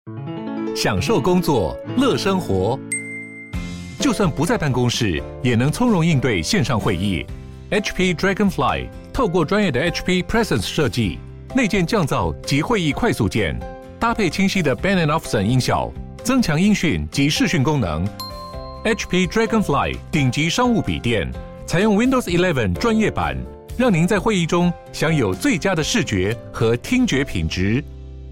享受工作，乐生活。就算不在办公室，也能从容应对线上会议。HP Dragonfly 透过专业的 HP Presence 设计，内建降噪及会议快速键，搭配清晰的 Bang & Olufsen 音效，增强音讯及视讯功能。HP Dragonfly 顶级商务笔电，采用 Windows 11专业版，让您在会议中享有最佳的视觉和听觉品质。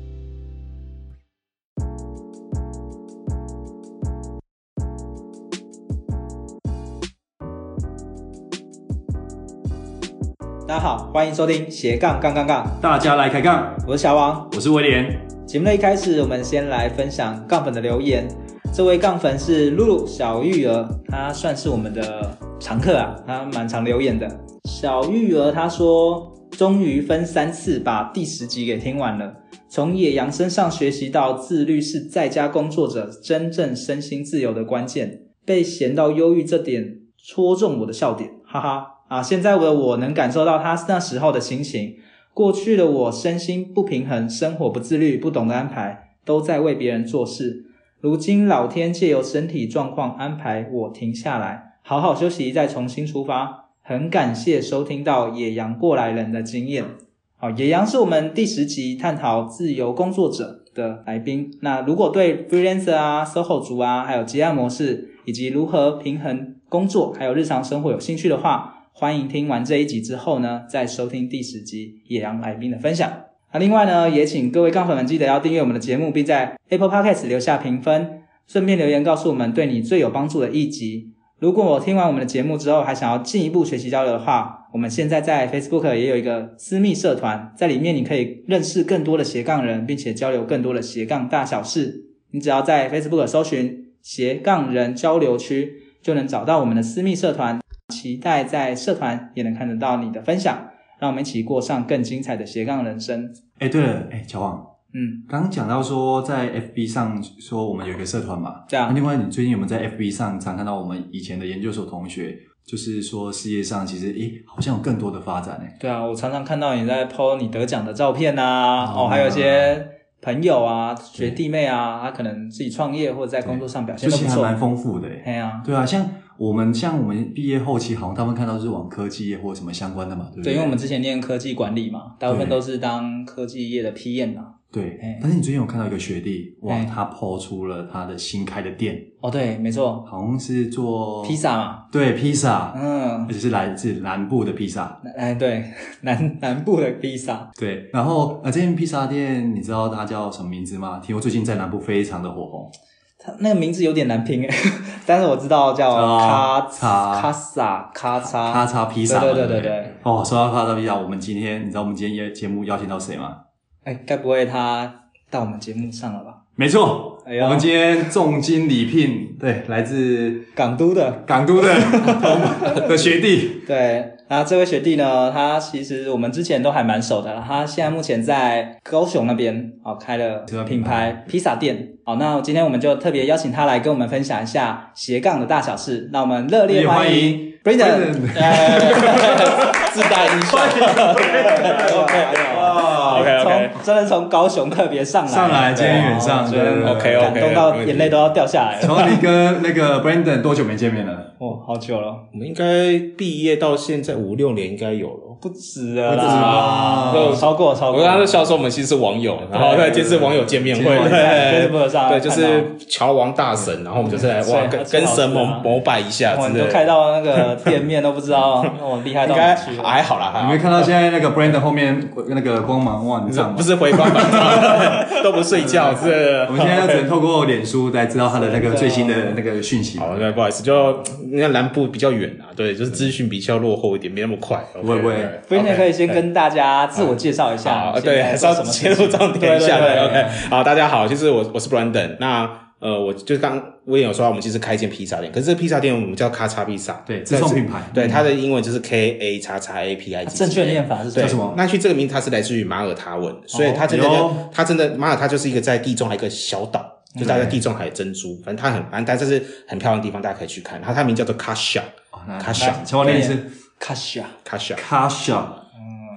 大家好，欢迎收听斜杠杠杠杠， 大家来开杠， 我是小王， 我是威廉。 节目的一开始，我们先来分享杠粉的留言。这位杠粉是露露小玉儿，她算是我们的常客啊，她蛮常留言的。小玉儿她说，终于分3次把第10集给听完了，从野羊身上学习到自律是在家工作者真正身心自由的关键，被闲到忧郁这点戳中我的笑点，哈哈。现在的我能感受到他那时候的心情。过去的我身心不平衡，生活不自律，不懂得安排，都在为别人做事。如今老天借由身体状况安排我停下来，好好休息，再重新出发。很感谢收听到野羊过来人的经验。野羊是我们第10集探讨自由工作者的来宾。那如果对 freelancer 啊、SOHO 族啊，还有接案模式，以及如何平衡工作还有日常生活有兴趣的话，欢迎听完这一集之后呢，再收听第10集野羊来宾的分享。另外呢，也请各位杠粉们记得要订阅我们的节目，并在 Apple Podcast 留下评分，顺便留言告诉我们对你最有帮助的一集。如果我听完我们的节目之后还想要进一步学习交流的话，我们现在在 Facebook 也有一个私密社团，在里面你可以认识更多的斜杠人，并且交流更多的斜杠大小事。你只要在 Facebook 搜寻斜杠人交流区，就能找到我们的私密社团，期待在社团也能看得到你的分享，让我们一起过上更精彩的斜杠人生。 对了，乔王，刚刚讲到说在 FB 上说我们有一个社团嘛， 这样。 另外你最近有没有在 FB 上常看到我们以前的研究所同学，就是说事业上其实好像有更多的发展对啊，我常常看到你在 po 你得奖的照片啊，还有一些朋友啊、学弟妹啊，他可能自己创业或者在工作上表现都不错， 就是还蛮丰富的对啊，像我们毕业后期好像他们看到是往科技业或什么相关的嘛，对不对？ 对，因为我们之前念科技管理嘛，大部分都是当科技业的 PM 啊。 对，但是你最近有看到一个学弟，他 po 出了他的新开的店。 对，没错， 好像是做披萨嘛。 对，披萨，而且是来自南部的披萨。 对，南部的披萨。 对，然后这间披萨店你知道它叫什么名字吗？听说最近在南部非常的火红。 它那个名字有点难拼但是我知道叫咔嚓披萨。 对。 说到咔嚓披萨，你知道我们今天节目邀请到谁吗？ 该不会他到我们节目上了吧？ 没错，我们今天重金礼聘，对，来自港都的的学弟。 对，那这位学弟呢，他其实我们之前都还蛮熟的啦。他现在目前在高雄那边开了品牌披萨店。那今天我们就特别邀请他来跟我们分享一下斜杠的大小事。那我们热烈欢迎 Brandon， 自带音效。OK， 真的从高雄特别上来， 今天远上， 对 ，OK， 感动到眼泪都要掉下来了。 从你跟那个 Brandon 多久没见面了？ 好久了， 我们应该毕业到现在5-6年应该有了。 不止了啦，超过。我刚刚笑说我们其实是网友，然后今天是网友见面会，对，就是乔王大神，然后我们就是来跟神膜拜一下之类的。 我们都开到那个店面都不知道厉害到哪去了。 应该还好啦。 你没看到现在那个 Brandon 后面那个光芒你知道吗？ 不是回光返照，都不睡觉，是。 我们现在只能透过脸书来知道他的那个最新的那个讯息。 好，对，不好意思，就那南部比较远啊，对，就是资讯比较落后一点，没那么快。 不会。 Brandon 可以先跟大家自我介绍一下。 对，还是要切入重点一下。OK， 好，大家好，其实我是 Brandon。那我就刚威廉有说我们其实开一间披萨店，可是这个披萨店我们叫咔嚓披萨， 对，自创品牌。 对，它的英文就是 KAXXAPI。 正确念法是叫什么？ 那这个名字它是来自于马耳他文，所以它真的马耳他就是一个在地中海一个小岛。就大家地中海珍珠，反正它这是很漂亮的地方，大家可以去看。它名叫做 Kasha， 乔王念一次 ，Kasha。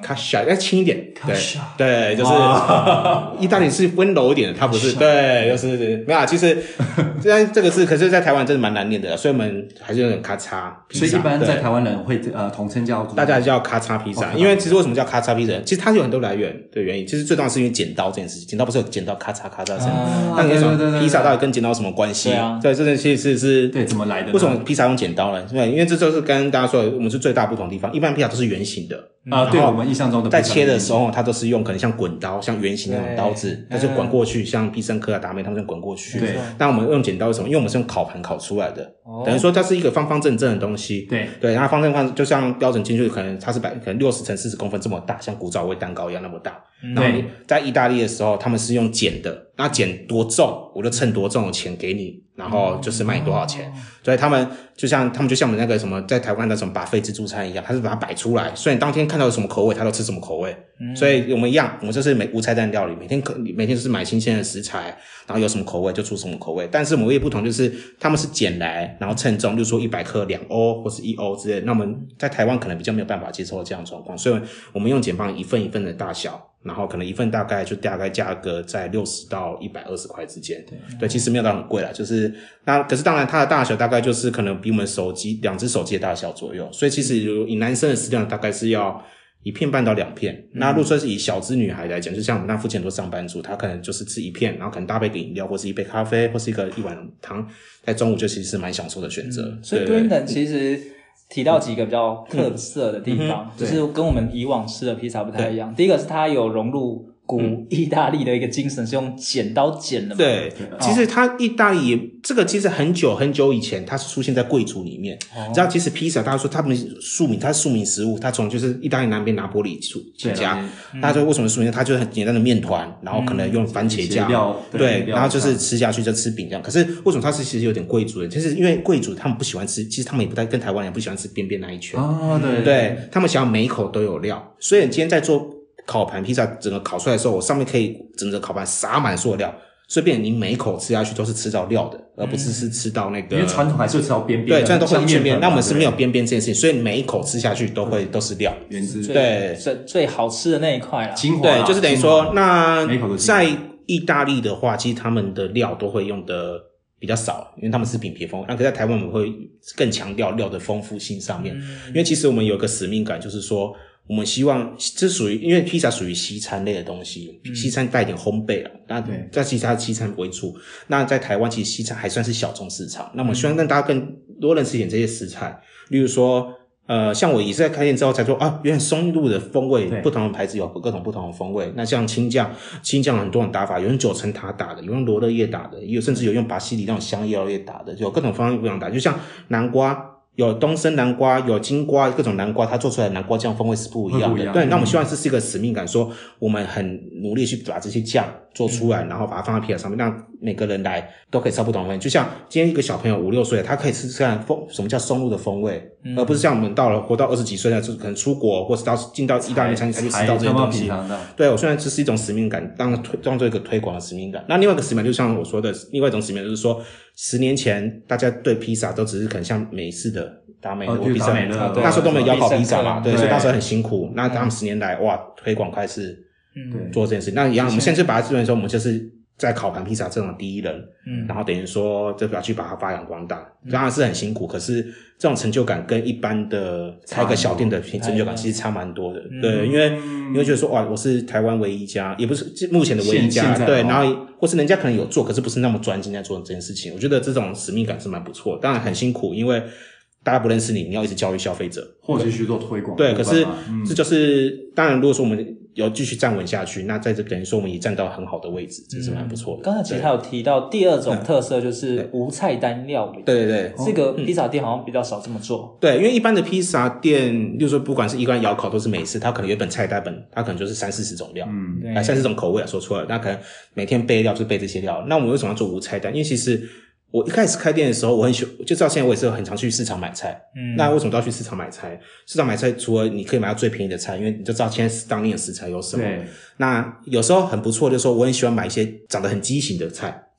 Kasha 要轻一点，对，就是意大利是温柔一点的，它不是，对，就是没有，其实这个是，可是在台湾真的蛮难念的，所以我们还是有点咔嚓披萨。 所以一般在台湾人会统称叫大家叫咔嚓披萨，因为其实为什么叫咔嚓披萨？其实它有很多来源的原因，其实最重要是因为剪刀这件事情，剪刀不是有剪刀咔嚓咔嚓声，那你说披萨到底跟剪刀有什么关系？对，这件事情是对怎么来的？ 为什么披萨用剪刀呢？对，因为这就是跟大家说，我们是最大不同的地方，一般披萨都是圆形的。 对我们印象中的在切的时候，它都是用可能像滚刀、像圆形那种刀子，它就滚过去，像必胜客啊、达美他们就滚过去。 对， 那我们用剪刀是什么？因为我们是用烤盘烤出来的，等于说它是一个方方正正的东西。对，然后方正方就像标准间距，可能它是可能60乘40公分这么大，像古早味蛋糕一样那么大。然后你在意大利的时候，他们是用剪的，那剪多重，我就称多重的钱给你，然后就是卖你多少钱。所以他们就像我们那个什么在台湾的什么buffet自助餐一样，他是把它摆出来，所以你当天看到有什么口味，他都吃什么口味。所以我们一样，我们就是无菜单料理，每天就是买新鲜的食材，然后有什么口味就出什么口味。但是我们唯一不同就是他们是剪来，然后称重，就是说100克2欧或是1欧之类的。那我们在台湾可能比较没有办法接受这样的状况，所以我们用剪棒一份一份的大小。然后可能一份大概价格在60到120块之间，对，其实没有到很贵啦，就是那可是当然它的大小大概就是可能比我们2只手机的大小左右，所以其实以男生的食量大概是要1片半到2片。那如果说是以小资女孩来讲，就像我们那附近很多上班族，她可能就是吃1片，然后可能搭配个饮料或是一杯咖啡或是一碗汤，在中午就其实是蛮享受的选择。 所以 Brendan 其实提到几个比较特色的地方，就是跟我们以往吃的披萨不太一样。第一个是它有融入古意大利的一个精神，是用剪刀剪的嘛。 对，其实它意大利这个其实很久很久以前，它是出现在贵族里面。你知道，其实披萨大家说他们它是庶民食物，它从就是意大利南边拿坡里起家。大家说为什么庶民？它就是很简单的面团，然后可能用番茄酱，对，然后就是吃下去就吃饼这样。可是为什么它是其实有点贵族的？就是因为贵族他们不喜欢吃，其实他们也不太跟台湾人不喜欢吃边边那一圈。对，他们想要每一口都有料，所以你今天在做烤盘披萨整个烤出来的时候，我上面可以整个烤盘撒满所有料，所以变成你每一口吃下去都是吃到料的，而不是吃到那个。 因为传统还是会吃到边边的， 对，传统都会边边，那我们是没有边边这件事情，所以每一口吃下去都是料， 原汁。 对，最好吃的那一块啦。 对，就是等于说，那在意大利的话，其实他们的料都会用的比较少，因为他们是饼皮风。那可在台湾我们会更强调料的丰富性上面，因为其实我们有一个使命感，就是说。我们希望这属于，因为披萨属于西餐类的东西，西餐带一点烘焙了，那在其他西餐为主。那在台湾其实西餐还算是小众市场，那我们希望让大家更多认识一点这些食材，例如说像我也是在开店之后才说啊，原来松露的风味不同的牌子有各种不同的风味。那像青酱很多种打法，有用9层塔打的，有用罗勒叶打的，也有甚至有用巴西里那种香叶叶打的，有各种方式不一样打。就像南瓜。有东升南瓜，有金瓜，各种南瓜，它做出来的南瓜酱风味是不一样的。对，那我们希望这是一个使命感，说我们很努力去把这些酱做出来，然后把它放在披萨上面，让每个人来都可以吃到不同的风味。就像今天一个小朋友5、6岁，他可以吃看什么叫松露的风味，而不是像我们活到20几岁了，就可能出国或是进到意大利餐厅才吃到这些东西。对，我虽然这是一种使命感，当做一个推广的使命感。那另外一个使命就像我说的，另外一种使命就是说，10年前大家对披萨都只是可能像美式的达美乐或披萨，那时候都没有窑烤披萨嘛，对，所以当时很辛苦。那他们10年来，哇，推广开始做这件事情。那一样，我们现在就把它资源说，我们就是在烤盘披萨这种第一人，然后等于说就要去把它发扬光大。当然是很辛苦，可是这种成就感跟一般的开个小店的成就感其实差蛮多的。对，因为你会觉得说，哇，我是台湾唯一一家，也不是目前的唯一一家，对，然后或是人家可能有做，可是不是那么专精在做这件事情。我觉得这种使命感是蛮不错的，当然很辛苦，因为大家不认识你，你要一直教育消费者， 或者去做推广。 对，可是这就是当然，如果说我们有继续站稳下去，那在这等于说我们也站到很好的位置，这是蛮不错的。 刚才其实还有提到第二种特色就是无菜单料理。 对对对， 这个披萨店好像比较少这么做。 对，因为一般的披萨店，例如说不管是一般窑烤都是美式，它可能有一本菜单本，它可能就是30-40种料，30种口味说出来，那可能每天备料就备这些料。那我们为什么要做无菜单？因为其实我一开始开店的时候，我很喜欢，就知道现在我也是很常去市场买菜。那为什么都要去市场买菜？市场买菜除了你可以买到最便宜的菜，因为你就知道现在当年的食材有什么。那有时候很不错，就是说我很喜欢买一些长得很畸形的菜。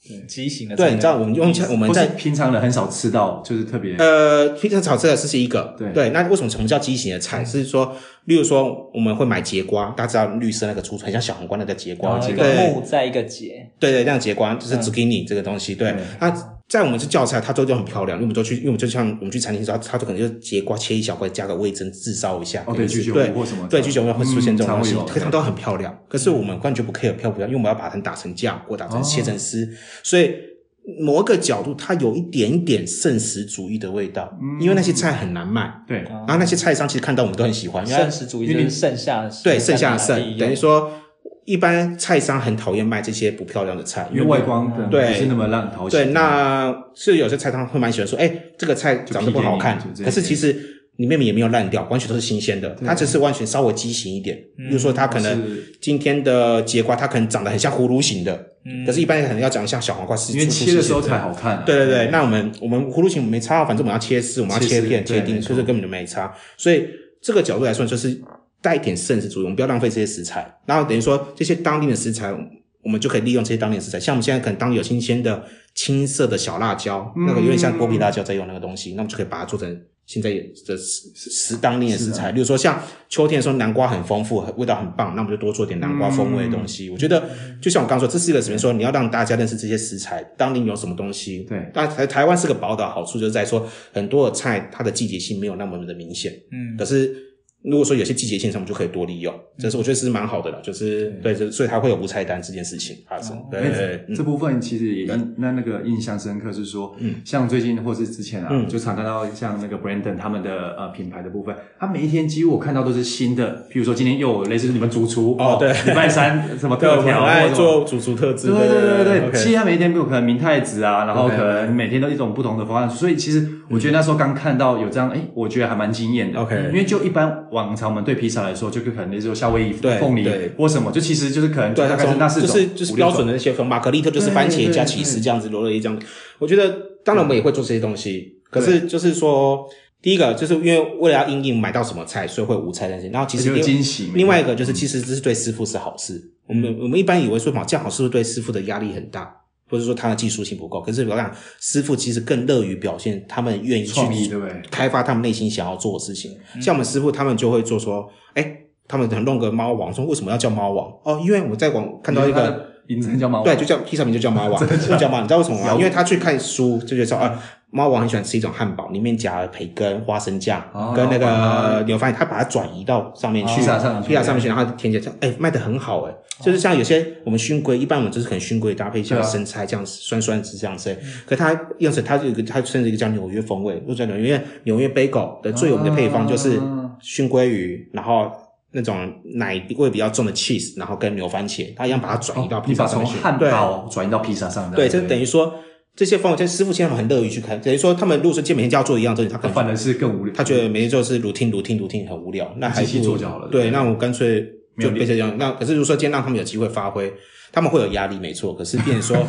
畸形的。 对，你知道我们在平常人很少吃到，就是特别平常少吃的是一个。对，那为什么叫畸形的菜？是说，例如说我们会买节瓜，大家知道绿色那个粗很像小黄瓜那个节瓜， 一个木在一个节。 对，这样节瓜就是 zucchini 这个东西。对，那在我们是叫菜，它就很漂亮，因为我们就像我们去餐厅的时候，它就可能就节瓜切一小块，加个味噌炙烧一下。 对，居酒屋或什么。 对，居酒屋会出现这种东西，可是它都很漂亮。可是我们完全不 care 漂不漂亮，因为我们要把它打成酱或打成切成丝，所以某一个角度它有一点点剩食主义的味道，因为那些菜很难卖。 对， 然后那些菜商其实看到我们都很喜欢， 剩食主义就是剩下的， 对，剩下的剩，等于说。一般菜商很讨厌卖这些不漂亮的菜， 因为外观不是那么让讨喜。 对，那是有些菜商会蛮喜欢说，这个菜长得不好看，可是其实里面也没有烂掉，完全都是新鲜的，它只是完全稍微畸形一点。比如说它可能今天的节瓜，它可能长得很像葫芦形的，可是一般可能要长得像小黄瓜， 因为切的时候才好看。 对，那我们葫芦形没差，反正我们要切丝，我们要切片、切丁，所以根本就没差。所以这个角度来说，就是带一点剩食主义，我们不要浪费这些食材，然后等于说这些当地的食材，我们就可以利用这些当地的食材，像我们现在可能当地有新鲜的青色的小辣椒，那个有点像剥皮辣椒在用那个东西，那我们就可以把它做成现在的当地的食材，例如说像秋天的时候南瓜很丰富，味道很棒，那我们就多做点南瓜风味的东西。我觉得就像我刚刚说，这是一个什么说，你要让大家认识这些食材，当地有什么东西。 对， 但台湾是个宝岛，好处就是在说很多的菜它的季节性没有那么的明显，可是如果说有些季节性上，我们就可以多利用，这是我觉得是蛮好的了，就是对，所以它会有无菜单这件事情发生。对， 这部分其实也那个印象深刻是说，像最近或是之前就常看到像那个 Brandon 他们的品牌的部分，他每一天几乎我看到都是新的，譬如说今天又有类似你们主厨对， 礼拜三什么特调， 爱做主厨特制， 对，其实他每一天可能明太子啊，然后可能每天都一种不同的方案，所以其实我觉得那时候刚看到有这样，我觉得还蛮惊艳的。因为就一般往常我们对披萨来说，就可能那时候夏威夷凤梨或什么，就其实就是可能大概是那四种， 就是标准的那些风，玛格丽特就是番茄加起司这样子，罗勒伊这样。我觉得当然我们也会做这些东西，可是就是说，第一个就是因为为了要因应买到什么菜，所以会无菜单。然后其实另外一个就是其实这是对师傅是好事。我们一般以为说这样好是不是对师傅的压力很大？或者说他的技术性不够，可是我讲师傅其实更乐于表现他们愿意去开发他们内心想要做的事情。像我们师傅他们就会做说，他们可能弄个猫王，说为什么要叫猫王？因为我在网看到一个名字叫猫王， 对，就叫披萨名就叫猫王，就叫猫。你知道为什么吗？因为他去看书就觉得猫王很喜欢吃一种汉堡，里面夹了培根、花生酱跟那个牛饭，他把它转移到上面去，披萨上面去，然后添加卖得很好就是像有些我们熏龟，一般我们就是可能熏龟搭配像生菜这样酸酸汁这样吃，可他用成他甚至一个叫纽约风味，或者纽约 bagel 的最有名的配方就是熏鲑鱼，然后那种奶味比较重的 cheese， 然后跟牛番茄，他一样把它转移到披萨上面去， 从汉堡转移到披萨上的。 对，就等于说这些风味，师傅现在很乐于去看，等于说他们如果是每天就要做一样东西，他反而是更无聊。 他觉得每天就是 routine 很无聊，那还是做就好了。 对，那我干脆就变成这样。那可是如果说今天让他们有机会发挥，他们会有压力，没错。可是变成说，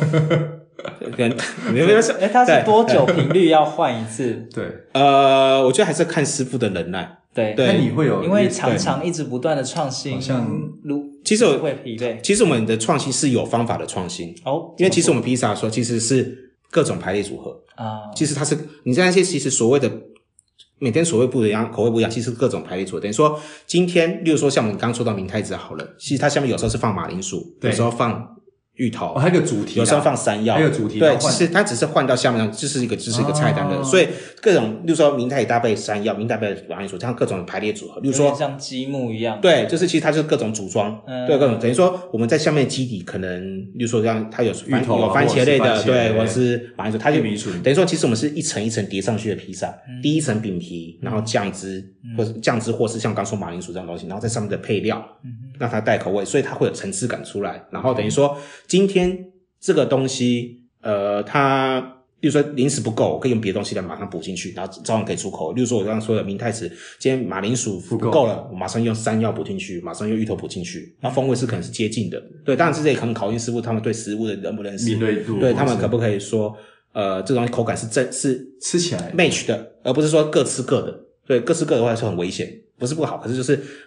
他是多久频率要换一次？ 对， 我觉得还是看师傅的能耐。 对， 那你会有， 因为常常一直不断的创新，好像其实会疲累。 其实我们的创新是有方法的创新因为其实我们披萨说其实是各种排列组合其实它是你在那些其实所谓的每天所谓不一样，口味不一样，其实各种排列组合。等于说今天，例如说像我们刚刚说到明太子好了，其实它下面有时候是放马铃薯，有时候放芋头， 还有个主题， 有时候放山药， 还有主题。 对，其实它只是换到下面，就是一个菜单的，所以各种，例如说明太子搭配山药，明太子搭配马铃薯，这样各种排列组合。例如说像积木一样， 对，就是其实它就是各种组装，对，各种等于说我们在下面基底可能，例如说像它有番茄类的，对，或者是马铃薯，它就等于说其实我们是一层一层叠上去的披萨，第一层饼皮，然后酱汁，或是像刚说马铃薯这样东西，然后在上面的配料，让它带口味，所以它会有层次感出来，然后等于说今天这个东西它例如说临时不够，我可以用别的东西来马上补进去，然后照样可以出口。例如说我刚刚说的明太子，今天马铃薯不够了，我马上用山药补进去，马上用芋头补进去，那风味是可能是接近的。对，当然这也可能考验师傅他们对食物的认不认识， 敏锐度， 对他们可不可以说这东西口感是吃起来 match 的，而不是说各吃各的。对，各吃各的话是很危险，不是不好，可是就是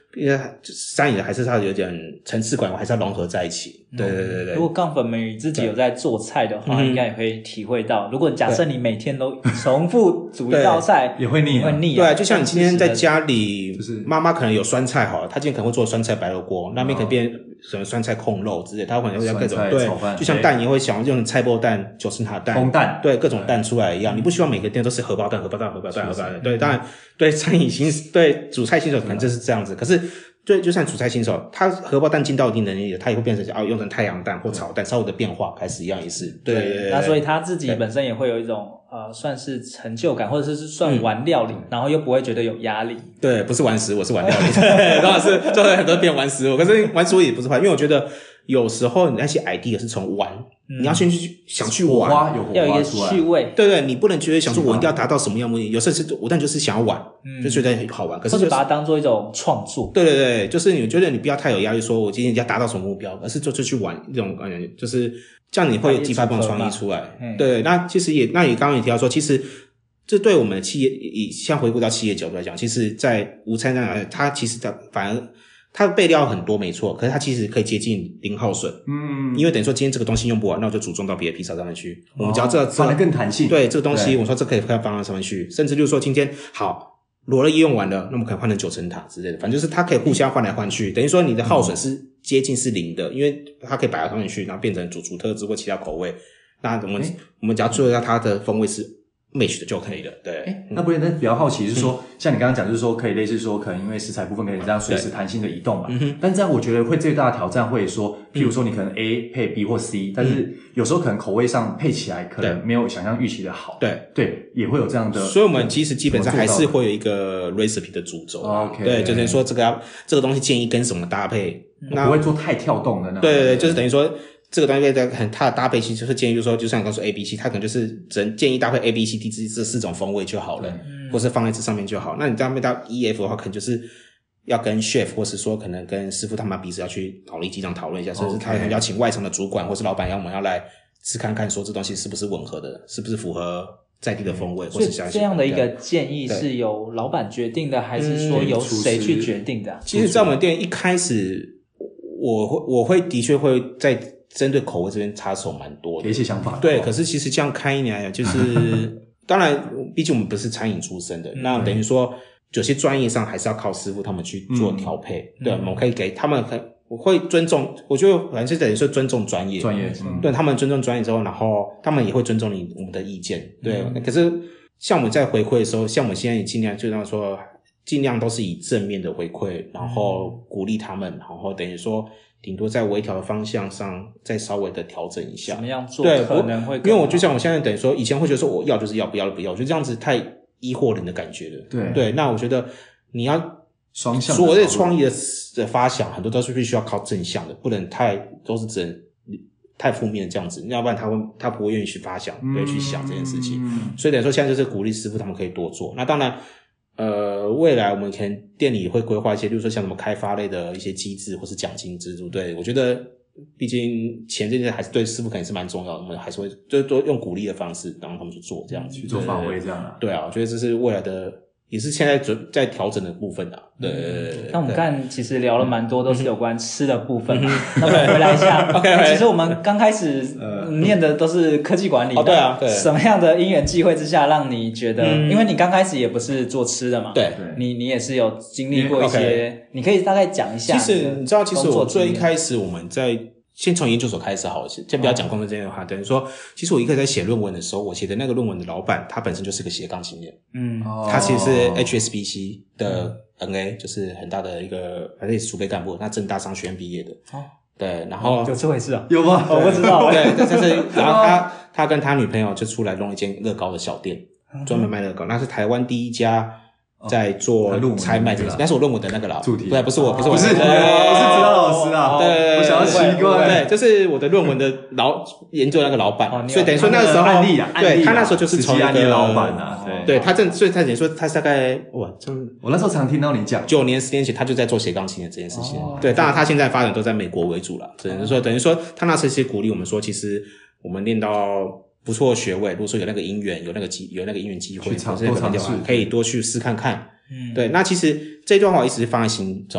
因为山野还是它有点层次感，还是要融合在一起。对。 如果杠粉们自己有在做菜的话，应该也会体会到。如果假设你每天都重复煮一道菜， 也会腻， 对，就像你今天在家里，就是妈妈可能有酸菜好了，她今天可能会做酸菜白肉锅，那边可能变什么酸菜控肉之类，她可能会要各种对，就像蛋也会想用菜包蛋、九层塔蛋、 烘蛋， 对，各种蛋出来一样。你不希望每个店都是荷包蛋。对，当然对餐饮新对煮菜新手可能就是这样子，可是对，就算煮菜新手，他荷包蛋进到一定能力，他也会变成用成太阳蛋或炒蛋，稍微的变化开始一样也是。对， 那所以他自己本身也会有一种算是成就感，或者是算玩料理，然后又不会觉得有压力。 对，不是玩食物，我是玩料理。对，当然是就会很多变玩食物，可是玩食物也不是坏，因为我觉得有时候你那些 idea 是从玩。你要先想去玩， 要有一个趣味。 对，你不能觉得想说我一定要达到什么样的目的，有时候是我但就是想要玩，就觉得很好玩。可是或者把它当做一种创作。 对，就是你觉得你不要太有压力，说我今天要达到什么目标，而是就去玩这种感觉，就是这样你会激发不同创意出来。对，那其实那你刚刚也提到说，其实这对我们的企业，像回顾到企业角度来讲，其实在无餐上，它其实反而。它的备料很多没错，可是它其实可以接近零耗损。因为等于说今天这个东西用不完，那我就组装到别的披萨上面去。我们只要放得更弹性。 对，这个东西我说这可以放到上面去，甚至就是说今天好罗勒用完了，那么可以换成九层塔之类的，反正就是它可以互相换来换去，等于说你的耗损是接近是零的，因为它可以摆到上面去，然后变成主特质或其他口味。那我们只要做到它的风味是match 的就可以了。对， 那不然那比较好奇是说，像你刚刚讲就是说可以类似说可能因为食材部分可以这样随时弹性的移动嘛，但这样我觉得会最大的挑战会说，譬如说你可能 A 配 B 或 C， 但是有时候可能口味上配起来可能没有想象预期的好。对，也会有这样的。 所以我们其实基本上还是会有一个 recipe 的主轴。 OK， 对，就是说这个东西建议跟什么搭配， 那不会做太跳动的那种。 对，就是等于说。这个东西它的搭配其实就是建议，就是说，就像刚说 A、B、C， 它可能就是只能建议搭配 A、B、C、D 这4种风味就好了，或是放在这上面就好。那你搭配到 E、F 的话，可能就是要跟 chef 或是说可能跟师傅他们彼此要去机场讨论一下，甚至他可能要请外场的主管或是老板，我们要来试看看说这东西是不是吻合的，是不是符合在地的风味，或是这样的一个建议是由老板决定的，还是说由谁去决定的？ 其实在我们店一开始，我会的确会在针对口味这边插手蛮多的， 有一些想法。 对，可是其实这样开一年来就是当然毕竟我们不是餐饮出身的，那等于说有些专业上还是要靠师傅他们去做调配。对，我们可以给他们我会尊重，我觉得反正是等于说尊重专业，对，他们尊重专业之后，然后他们也会尊重我们的意见。对，可是像我们在回馈的时候，像我们现在也尽量就让说尽量都是以正面的回馈，然后鼓励他们，然后等于说顶多在微调的方向上再稍微的调整一下。 怎么样做可能会更好？ 因为我就像我现在等于说以前会觉得说我要就是要，不要就不要，我觉得这样子太一或零的感觉了。对，那我觉得你要双向所谓的创意的发想，很多都是必须要靠正向的，不能都是只能太负面的这样子，要不然他不会愿意去发想，不会去想这件事情。所以等于说现在就是鼓励师傅他们可以多做。那当然未来我们可能店里会规划一些，例如说像什么开发类的一些机制或是奖金制度。对，我觉得毕竟钱这件还是对师傅肯定是蛮重要的，我们还是会就多用鼓励的方式让他们去做这样子， 去做发挥这样啊。 对啊，我觉得这是未来的，也是现在在调整的部分啊。对。 那我们看其实聊了蛮多都是有关吃的部分嘛。那我们回来一下其实我们刚开始念的都是科技管理。 对啊，对。 什么样的因缘际会之下让你觉得因为你刚开始也不是做吃的嘛。 对。 你也是有经历过一些你可以大概讲一下。 其实你知道，其实我最一开始我们先从研究所开始好了，先不要讲工作这件的话，等于说，其实我一开始在写论文的时候，我写的那个论文的老板，他本身就是个斜杠青年，他其实是 HSBC 的 NA， 就是很大的一个，反正也是储备干部，他政大商学院毕业的，对，然后有这回事啊？ 有吗？ 我不知道， 对，就是然后他跟他女朋友就出来弄一间乐高的小店，专门卖乐高，那是台湾第一家。在做拆卖这个，但是我论文的那个主题， 不是我， 不是指导老师啊， 对， 我想要奇怪， 对，就是我的论文的研究那个老板，所以等于说那个时候案例， 对他那时候就是从一个老板啊， 对他所以他等于说他大概我那时候常听到你讲 9年10年前他就在做斜杠青年这件事情，对，当然他现在发展都在美国为主了，等于说他那时候鼓励我们说，其实我们练到不错的学位，如果说有那个因缘，有那个因缘机会， 多尝试， 可以多去试看看。对，那其实这段话我一直放在心中。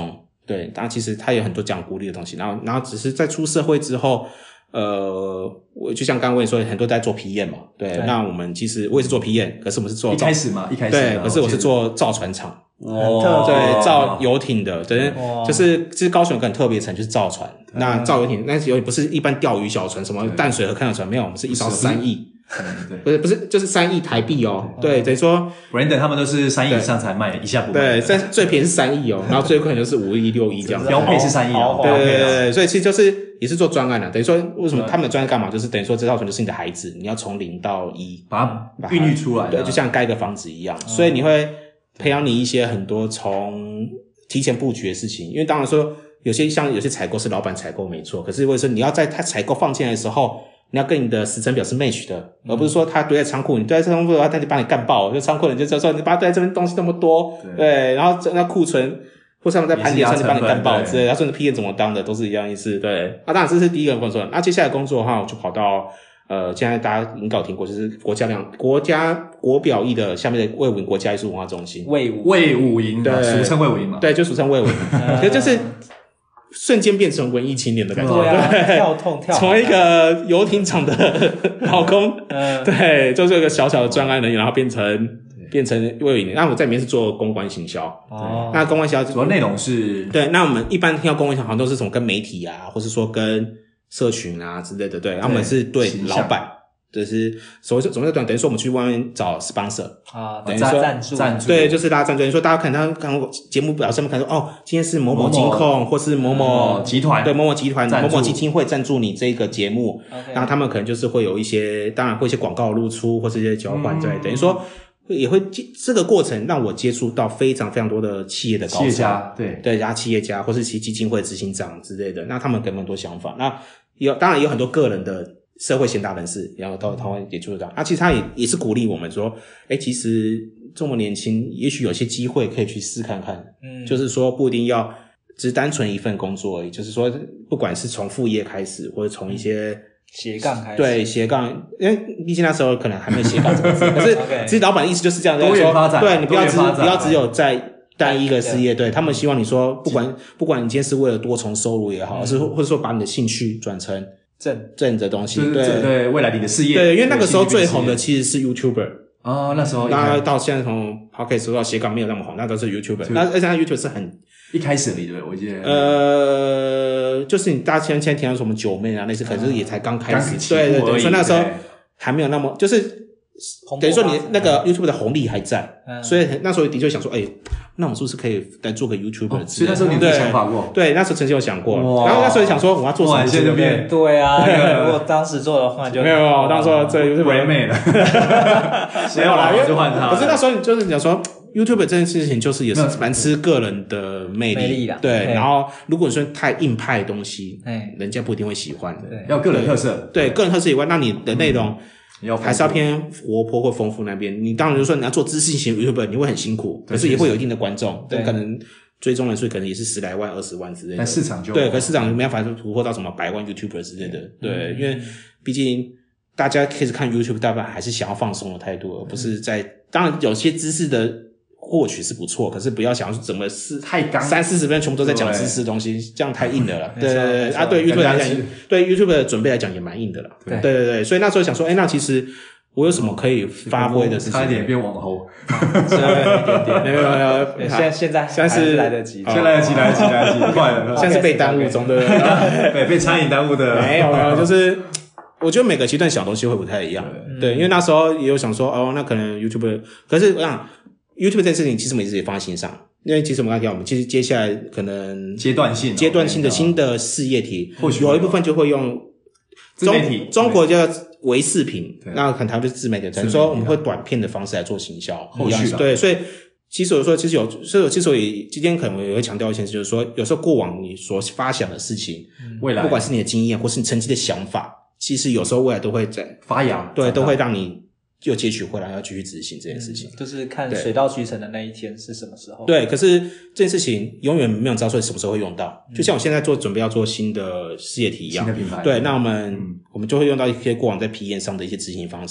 对，当然其实他有很多这样鼓励的东西，然后只是在出社会之后，我就像刚刚我跟你说，很多在做 PM 嘛，对，那我们其实我也是做 PM， 可是我们是做一开始， 对，可是我是做造船厂。对，造游艇的，对，就是高雄有个很特别城，就是造船。那造游艇，那游艇不是一般钓鱼小船，什么淡水河看的船，没有，我们是一艘3亿，不是，就是3亿台币哦。对，等于说 ，Brandon 他们都是3亿以上才卖，一下不对， 卖。 但最便宜是3亿哦，然后最贵就是5亿、6亿这样子。 标配是3亿哦。 对，所以其实就是也是做专案的，等于说为什么他们的专案干嘛？就是等于说这艘船就是你的孩子，你要从0到1 把它孕育出来， 对，就像盖一个房子一样，所以你会培养你一些很多从提前布局的事情，因为当然说有些采购是老板采购没错，可是为什么你要在他采购放进来的时候，你要跟你的时程表是 match 的，而不是说他堆在仓库，你堆在仓库的话，他就把你干爆，就仓库人就说你把他堆在这边东西那么多，对，然后那库存或是他们在盘点上就把你干爆之类的，他说你 PM 怎么当的都是一样意思，对，当然这是第一个工作，那接下来工作的话，我就跑到现在大家应该有听过，就是国表艺的下面的卫武营国家艺术文化中心， 卫武营，对，俗称卫武营嘛， 对，就俗称卫武营，其实就是瞬间变成文艺青年的感觉， 对，跳痛， 从一个游艇厂的老公，对，就是一个小小的专案人员，然后变成卫武营。那我在里面是做公关行销，那公关行销主要内容是， 对，那我们一般听到公关行销好像都是什么跟媒体啊，或是说跟社群啊之类的，对，他们是对老板，就是所谓怎么等于说我们去外面找 sponsor 啊， 等于说赞助， 对，就是拉赞助。你说大家看节目表上面看说，哦，今天是某某金控或是某某集团， 对，某某集团、某某基金会赞助你这个节目，然后他们可能就是会有一些，当然会一些广告露出或是一些交换，对，等于说也会这个过程让我接触到非常非常多的企业的高层，对，然后企业家或是其基金会执行长之类的，那他们给很多想法，那当然有很多个人的社会贤达人士，然后到台湾也接触到，其实他也是鼓励我们说，其实这么年轻，也许有些机会可以去试看看，就是说不一定要只单纯一份工作而已，就是说不管是从副业开始，或者从一些斜杠开始， 对，斜杠，因为毕竟那时候可能还没有斜杠这个字，可是其实老板的意思就是这样， 多元发展， 对，你不要只有在单一个事业，对，他们希望你说不管你今天是为了多重收入也好，或者说把你的兴趣转成正的东西， 对未来你的事业， 对，因为那个时候最红的其实是 YouTuber 那时候到现在从 Podcast 到斜杠没有那么红，那都是 YouTuber， 那而且那 YouTuber 是很一开始而已，对，我记得就是你大家现在听到什么九妹啊，那是可是也才刚开始，对，所以那时候还没有那么就是等于说你那个 YouTube 的红利还在，所以那时候的确想说，那我们是不是可以来做个 YouTuber？ 所以那时候你有这个想法过？ 对，那时候曾经有想过，然后那时候想说我要做什么 YouTuber？对啊，如果当时做的话就没有，当时说这 YouTuber 唯美了， 没有啦， 就换他。 可是那时候就是你想说 YouTuber 这件事情，就是也是蛮吃个人的魅力啦， 对。然后如果你说太硬派的东西，人家不一定会喜欢的， 要个人特色， 对个人特色以外，那你的内容。还是要偏活泼或丰富那边，你当然就说你要做知识型 YouTuber， 你会很辛苦，可是也会有一定的观众，但可能追踪人数可能也是10来万、20万之类的。 但市场对，可市场没办法突破到什么100万 YouTuber 之类的。对，因为毕竟大家开始看 YouTube， 大部分还是想要放松的态度，而不是当然有些知识的获取是不错，可是不要想要怎么是太刚 30-40分钟全部都在讲知识的东西，这样太硬的了。对对 YouTube 来讲，对 YouTube 的准备来讲也蛮硬的了。对，所以那时候想说，那其实我有什么可以发挥的事情？ 差一点变网红， 没有， 现在是来得及， 来得及，快了， 现在是被耽误中的， 对，被餐饮耽误的， 没有，就是我觉得每个阶段想东西会不太一样。对，因为那时候也有想说，那可能 YouTube， 可是我想 YouTube 这件事情其实我们一直也放在心上，因为其实我们刚才讲，我们其实接下来可能阶段性的新的事业体，或许有一部分就会用中国叫微视频，那可能它就是自媒体，可能说我们会短片的方式来做行销， 后续对，所以其实我说，其实我也今天可能也会强调一件事，就是说，有时候过往你所发想的事情， 未来不管是你的经验或是你曾经的想法，其实有时候未来都会在发芽， 对，都会让你又接取回来，要继续执行这件事情。 就是看水到渠成的那一天是什么时候。 对，可是这件事情永远没有知道说什么时候会用到，就像我现在准备要做新的事业体一样， 新的品牌。 对，那我们就会用到一些过往在 PM 上的一些执行方式，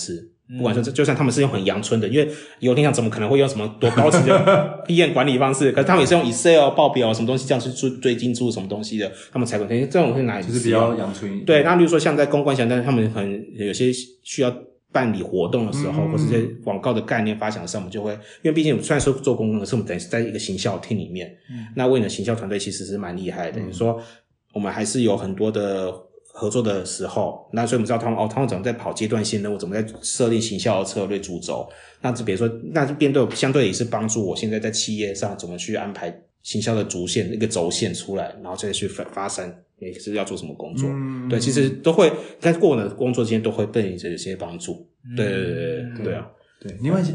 不管说就算他们是用很阳春的，因为油田厂怎么可能会用什么多高级的 PM 管理方式？可是他们也是用 Excel 报表什么东西这样去追进驻什么东西的，他们才管。这种会拿来就是比较阳春。 对，那例如说像在公关但是他们可能有些需要办理活动的时候，或是在广告的概念发想上，我们就会，因为毕竟虽然说做公关，可是我们等于是在一个行销厅里面，那为了行销团队其实是蛮厉害的，等于说我们还是有很多的合作的时候，那所以我们知道他们怎么在跑阶段性任务，怎么在设定行销的策略主轴，那就比如说，那就变对相对也是帮助我现在在企业上怎么去安排行销的主线一个轴线出来，然后再去发散每个是要做什么工作。对，其实都会在过往的工作之间都会对你这些帮助。对啊， 对，另外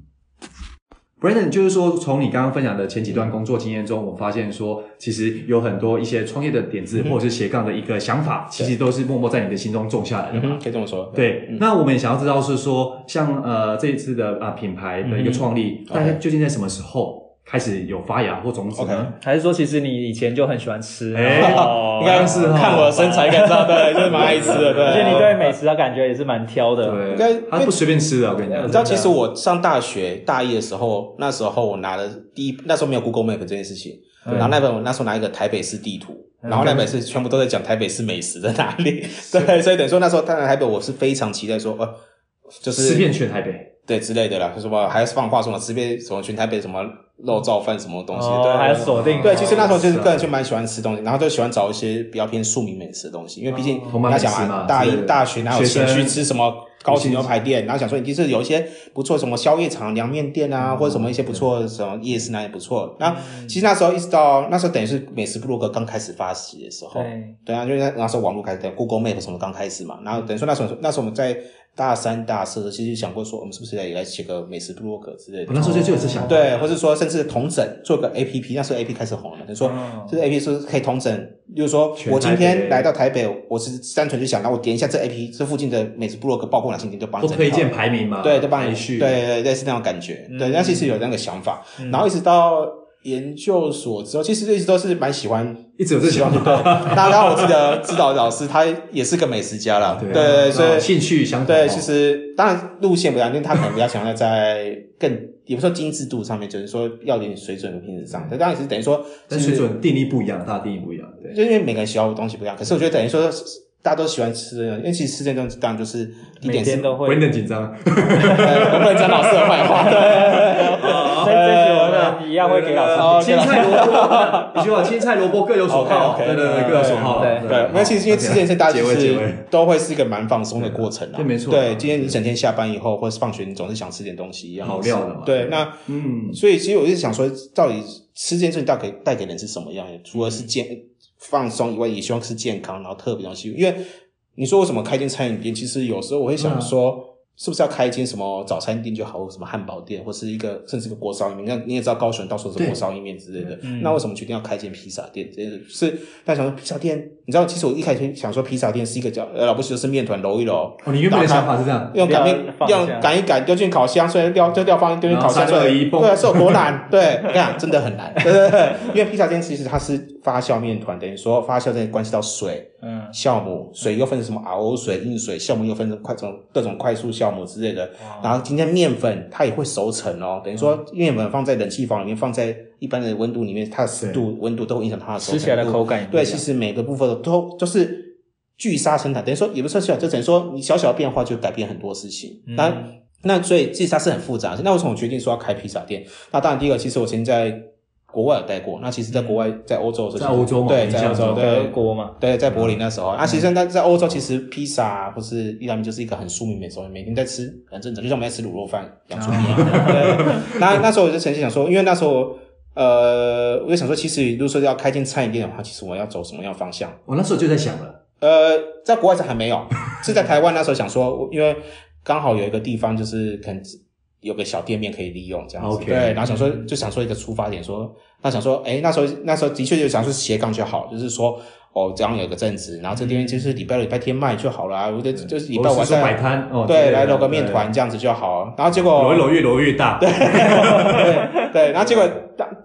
Brandon 就是说，从你刚刚分享的前几段工作经验中，我发现说，其实有很多一些创业的点子，或者是斜杠的一个想法，其实都是默默在你的心中种下来的嘛。 可以这么说。 对，那我们也想要知道是说，像这一次的品牌的一个创立，大概究竟在什么时候开始有发芽或种子呢？ 还是说其实你以前就很喜欢吃？ 应该是看我的身材应该知道，对，就是蛮爱吃的，对。 而且你对美食的感觉也是蛮挑的， 对，应该他不随便吃的，我跟你讲。 你知道，其实我上大学大一的时候，那时候我拿了那时候没有 Google Map 这件事情，然后我那时候拿一个台北市地图，然后台北市全部都在讲台北市美食在哪里，对，所以等于说那时候台北我是非常期待说，就是吃遍全台北。 对之类的啦，什么还要放话什么吃遍什么全台北什么肉燥饭什么东西，对， 还要锁定。 对，其实那时候就是个人就蛮喜欢吃东西，然后就喜欢找一些比较偏庶民美食的东西，因为毕竟你要讲嘛，大学哪有钱去吃什么高级牛排店，然后想说一定是有一些不错什么宵夜场、凉面店啊，或者什么一些不错的什么夜市那也不错。那其实那时候一直到那时候等于是美食部落格刚开始发起的时候，对啊，因为那时候网络开始 Google Map 什么刚开始嘛，然后等于说那时候我们在大三大四的其实想过说我们是不是也来写个美食部落格之类的。 我那时候就有这想法。 对，或是说甚至统整做个 APP， 那时候 APP 开始红了，等于说这个 APP 是可以统整，就是说我今天来到台北，我是单纯就想，然后我点一下这 APP， 这附近的美食部落格包括哪些点就帮你推荐排名嘛， 对，都帮你去，对，类似那种感觉。对，那其实有那个想法，然后一直到研究所之后，其实一直都是蛮喜欢， 一直有这想法。 对，然后我记得指导老师他也是个美食家啦，对，所以兴趣相同。 对，其实当然路线不一样，因为他可能比较强调在更也不说精致度上面，就是说要有点水准的品质上。但当然是等于说， 但水准定义不一样，大家定义不一样，对， 就因为每个人喜欢的东西不一样。可是我觉得等于说，大家都喜欢吃的，因为其实吃这种当然就是第一点是都会， 我有点紧张， 我不能讲老师的坏话。 这局我们一样会给老师。 青菜萝卜，一句话，青菜萝卜各有所好，对，各有所好。 对，因为其实因为吃这件事，大家就是都会是一个蛮放松的过程啊。 对，没错。 对，今天你整天下班以后或是放学，你总是想吃点东西一样。 好料的嘛。 对，那所以其实我就想说，到底吃这件事情带给人是什么样的？除了是放松以外，也希望是健康，然后特别东西。因为你说为什么开间餐饮店？其实有时候我会想说，是不是要开一间什么早餐店就好，或什么汉堡店，或是一个甚至一个锅烧意面？那你也知道高雄到处是锅烧意面之类的，那为什么决定要开一间披萨店？是大家想说披萨店，你知道，其实我一开始想说披萨店是一个叫了不起就是面团揉一揉。 你原本的想法是这样， 用擀一擀丢进烤箱，所以料放丢进烤箱，对，是有多难？对，你看真的很难，对，因为披萨店其实它是发酵面团，等于说发酵这关系到水。酵母，水又分成什么熬水、硬水，酵母又分成各种快速酵母之类的。然后今天面粉它也会熟成哦，等于说面粉放在冷气房里面，放在一般的温度里面，它的湿度、温度都会影响它的熟成度， 吃起来的口感。 对，其实每个部分都就是聚沙成塔，等于说也不是说就等于说你小小的变化就改变很多事情。那所以其实它是很复杂的。那为什么我决定说要开披萨店？那当然第一个，其实我曾经在国外有待过，那其实在国外，在欧洲的时候， 在欧洲嘛， 对，在欧洲， 德国嘛， 对，在柏林那时候，其实在欧洲，其实披萨或是意大利就是一个很庶民美食，每天在吃，很正常，就像我们在吃卤肉饭、洋葱面。对，那时候我就曾经想说，因为那时候我就想说，其实如果说要开间餐饮店的话，其实我要走什么样的方向？ 我那时候就在想了， 在国外还没有，是在台湾那时候想说，因为刚好有一个地方就是可能有个小店面可以利用这样子，对，然后想说一个出发点，说那想说，那时候的确就想说斜杠就好，就是说这样有个正职，然后这店就是礼拜六礼拜天卖就好了啊，我就是礼拜晚上摆摊， 对，来揉个面团这样子就好，然后结果揉一揉越揉越大， 对，然后结果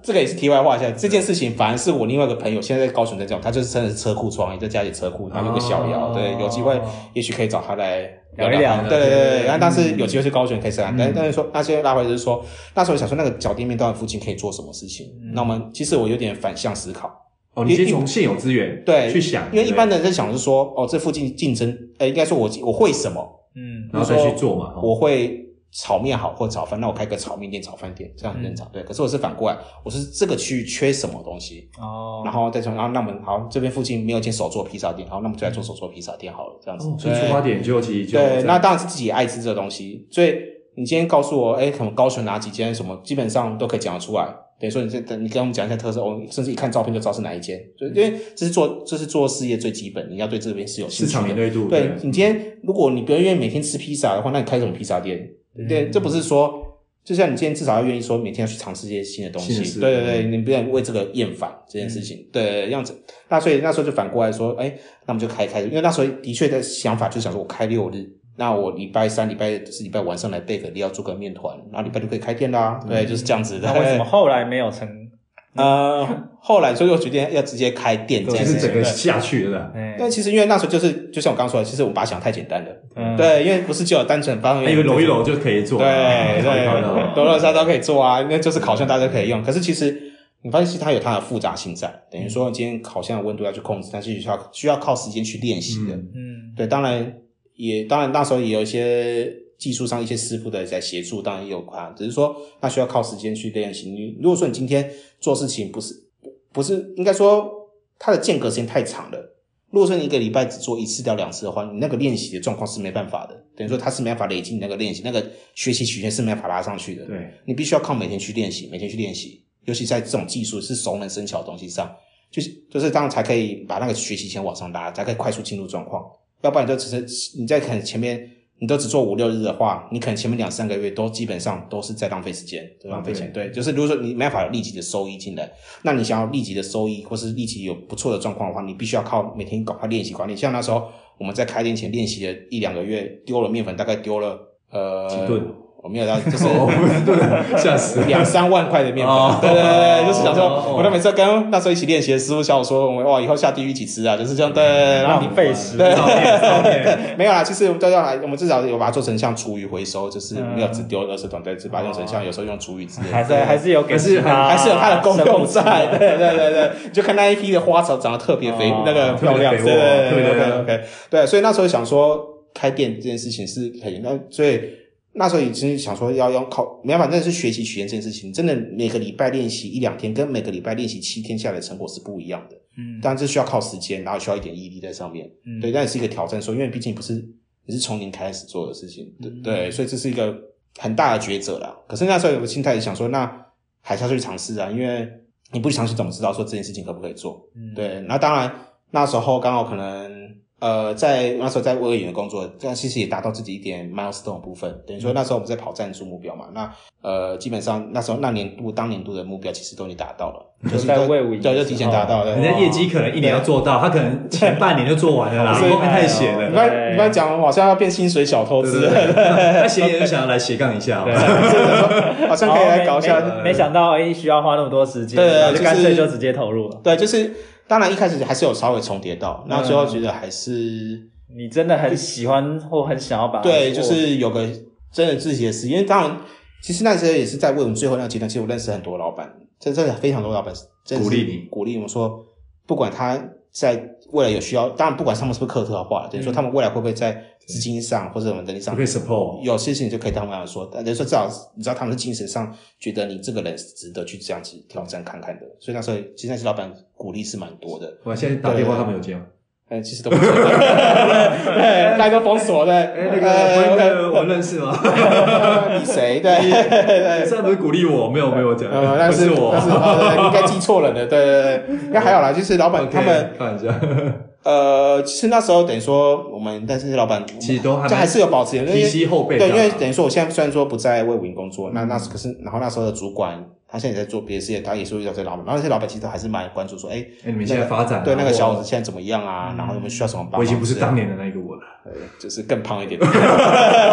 这个也是题外话一下，这件事情反而是我另外一个朋友现在在高雄在讲，他就是真的是车库创业，在家里车库，然后有个小窑，对，有机会也许可以找他来聊一聊，对，但是有机会去高雄可以试看，但是说那些拉回就是说，那时候想说那个小店面到底附近可以做什么事情，那我们其实我有点反向思考。 你先从现有资源对去想， 因为一般人在想是说，这附近竞争，应该说我会什么， 然后再去做嘛。 我会炒面好或炒饭，那我开个炒面店、炒饭店，这样很正常。对，可是我是反过来，我是这个区域缺什么东西然后再说，然后那我们好，这边附近没有一间手做披萨店，好，那我们就来做手做披萨店好了，这样子。 所以出发点就其实就对，那当然是自己爱吃这个东西，所以你今天告诉我，可能高雄哪几间什么，基本上都可以讲得出来。等于说你跟我们讲一下特色，甚至一看照片就知道是哪一间，因为这是做事业最基本，你要对这边是有兴趣的， 市场敏锐度。 对，你今天如果你不愿意每天吃披萨的话，那你开什么披萨店？对，这不是说，就像你今天至少要愿意说每天要去尝试这些新的东西，对，你不要为这个厌烦这件事情，对，样子。那所以那时候就反过来说，那我们就开，因为那时候的确的想法就是想说我开6日。那我礼拜3、礼拜晚上来备个料，做个面团，然后礼拜就可以开店啦。对，就是这样子的。 那为什么后来没有成？ 后来所以我决定要直接开店，这样子就是整个下去了。 但其实因为那时候就像我刚刚说的，其实我们把它想太简单了。对，因为不是只有单纯帮因为揉一揉就可以做。 对，揉沙都可以做啊，因为就是烤箱大家都可以用。可是其实你发现其实它有它的复杂性在，等于说今天烤箱的温度要去控制，但是需要靠时间去练习的。对，当然那时候也有一些技术上一些师傅的在协助，当然也有夸，只是说那需要靠时间去练习。如果说你今天做事情不是应该说它的间隔时间太长了，如果说你一个礼拜只做1次到2次的话，你那个练习的状况是没办法的，等于说它是没办法累积你那个练习，那个学习曲线是没办法拉上去的。 对， 你必须要靠每天去练习，尤其在这种技术是熟能生巧的东西上，就是当然才可以把那个学习线往上拉，才可以快速进入状况。要不然你在可能前面你都只做5、6日的话，你可能前面2、3个月都基本上都是在浪费时间，浪费钱。对，就是如果说你没办法有立即的收益进来，那你想要立即的收益或是立即有不错的状况的话，你必须要靠每天赶快练习管理。像那时候我们在开店前练习了1、2个月，丢了面粉大概丢了几吨。 我没有到，就是吓死 2、3万块的面粉，对，就是想说，我都每次跟那时候一起练习的师傅笑我说，哇，以后下地狱几次啊，就是这样，对， 让你费时， 对，没有啦，其实我们至少有把它做成像厨余回收，就是没有只丢垃圾桶，对，只把它用成像有时候用厨余之类的， 还是有给， 还是有它的功用在，对，就看那一批的花草长得特别肥，那个漂亮，对，对，所以那时候想说开店这件事情是可以，那所以。那时候已经想说要靠，没办法，真的是学习曲线这件事情，真的每个礼拜练习1、2天，跟每个礼拜练习7天下来的成果是不一样的。当然这需要靠时间，然后需要一点毅力在上面。对，但也是一个挑战，说因为毕竟你是从零开始做的事情，对，所以这是一个很大的抉择啦。可是那时候有个心态想说，那还是要去尝试啊，因为你不去尝试怎么知道说这件事情可不可以做？对，那当然那时候刚好可能。在那时候在为演员工作，这样其实也达到自己一点 milestone 的部分。等于说那时候我们在跑赞助目标嘛，那基本上那时候当年度的目标其实都已经达到了， 就是在卫武营， 对，就提前达到了。 人家业绩可能1年要做到，他可能前半年就做完了啦，后面太闲了。 你刚讲好像要变薪水小偷之类的， 他闲也就想要来斜杠一下， 好像可以来搞一下。 没想到需要花那么多时间，对，就干脆就直接投入了。 对，就是。当然一开始还是有稍微重叠到，然后最后觉得还是你真的很喜欢或很想要把它对，就是有个真的自己的事，因为当然其实那时候也是在为我们最后那个阶段，其实我认识很多老板，真的非常多老板鼓励我们说，不管他在未来有需要，当然不管他们是不是客特化，等于说他们未来会不会在资金上或者能力上可以 support， 有些事情就可以跟他们说，等于说至少你知道他们是精神上觉得你这个人是值得去这样子挑战看看的，所以那时候其实那些老板鼓励是蛮多的。 我现在打电话他们有接吗？ 其实都不是，对，大家都封锁的。 那个我认识吗？ 你谁？对， 上不是鼓励我，没有讲， 但是我，应该记错了的，对，应该还好啦，就是老板他们看一下。 其实那时候等于说我们，但是老板其实都还是有保持提携后辈， 对，因为等于说我现在虽然说不在卫武营工作，那可是然后那时候的主管。他现在也在做别的事业，他也是遇到这些老板，然后那些老板其实还是蛮关注说， 你们现在发展， 对那个小伙子现在怎么样啊？然后有没有需要什么帮忙？ 我已经不是当年的那个我了， 就是更胖一点。对，